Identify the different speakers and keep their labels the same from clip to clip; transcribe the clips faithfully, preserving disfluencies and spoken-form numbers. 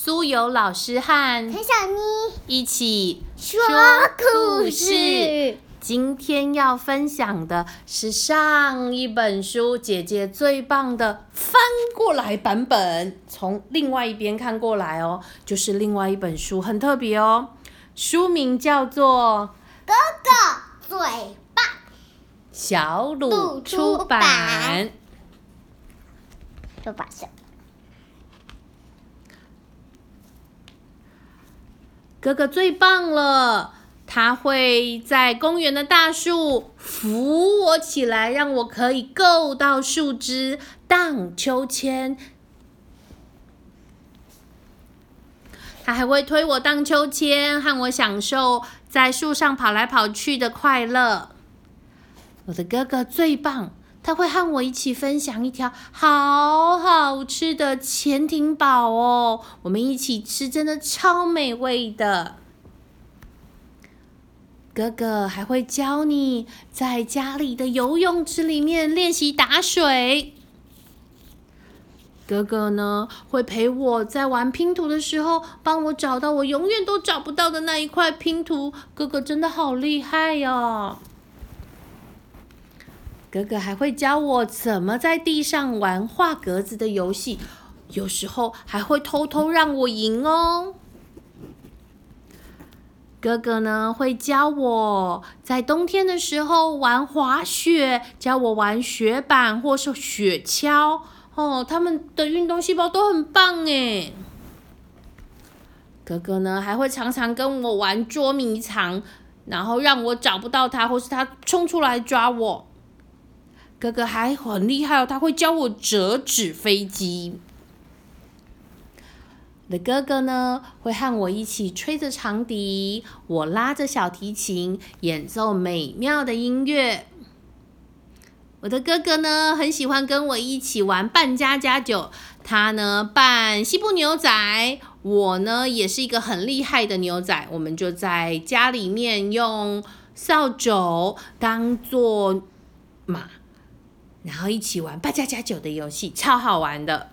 Speaker 1: 苏有老师和
Speaker 2: 陈小妮
Speaker 1: 一起
Speaker 2: 说故事。
Speaker 1: 今天要分享的是上一本书姐姐最棒的翻过来版本，从另外一边看过来哦，就是另外一本书，很特别哦。书名叫做
Speaker 2: 《哥哥最棒》，
Speaker 1: 小鲁出版。
Speaker 2: 出版社。
Speaker 1: 哥哥最棒了，他会在公园的大树扶我起来，让我可以够到树枝荡秋千。他还会推我荡秋千，和我享受在树上跑来跑去的快乐。我的哥哥最棒，他会和我一起分享一条好好吃的潜艇堡哦，我们一起吃，真的超美味的。哥哥还会教你在家里的游泳池里面练习打水。哥哥呢，会陪我在玩拼图的时候，帮我找到我永远都找不到的那一块拼图。哥哥真的好厉害哦！哥哥还会教我怎么在地上玩画格子的游戏，有时候还会偷偷让我赢哦。哥哥呢，会教我在冬天的时候玩滑雪，教我玩雪板或是雪橇哦，他们的运动细胞都很棒耶。哥哥呢，还会常常跟我玩捉迷藏，然后让我找不到他，或是他冲出来抓我。哥哥还很厉害哦，他会教我折纸飞机。我的哥哥呢，会和我一起吹着长笛，我拉着小提琴，演奏美妙的音乐。我的哥哥呢，很喜欢跟我一起玩扮家家酒，他呢扮西部牛仔，我呢也是一个很厉害的牛仔，我们就在家里面用扫帚当作马，然后一起玩扮家家酒的游戏，超好玩的。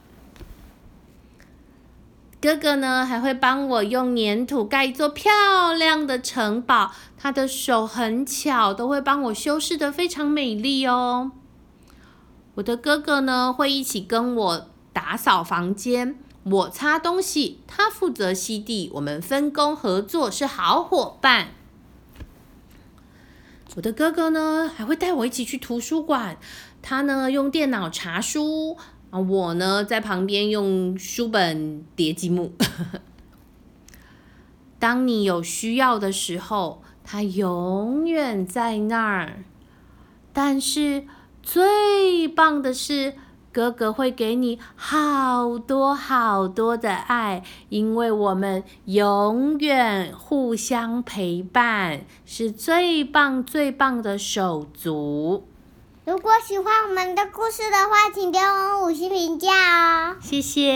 Speaker 1: 哥哥呢，还会帮我用粘土盖一座漂亮的城堡，他的手很巧，都会帮我修饰得非常美丽哦。我的哥哥呢，会一起跟我打扫房间，我擦东西，他负责吸地，我们分工合作，是好伙伴。我的哥哥呢，还会带我一起去图书馆，他呢用电脑查书，我呢在旁边用书本叠积木。当你有需要的时候，他永远在那儿。但是最棒的是，哥哥会给你好多好多的爱，因为我们永远互相陪伴，是最棒最棒的手足。
Speaker 2: 如果喜欢我们的故事的话，请给我们五星评价哦。
Speaker 1: 谢谢。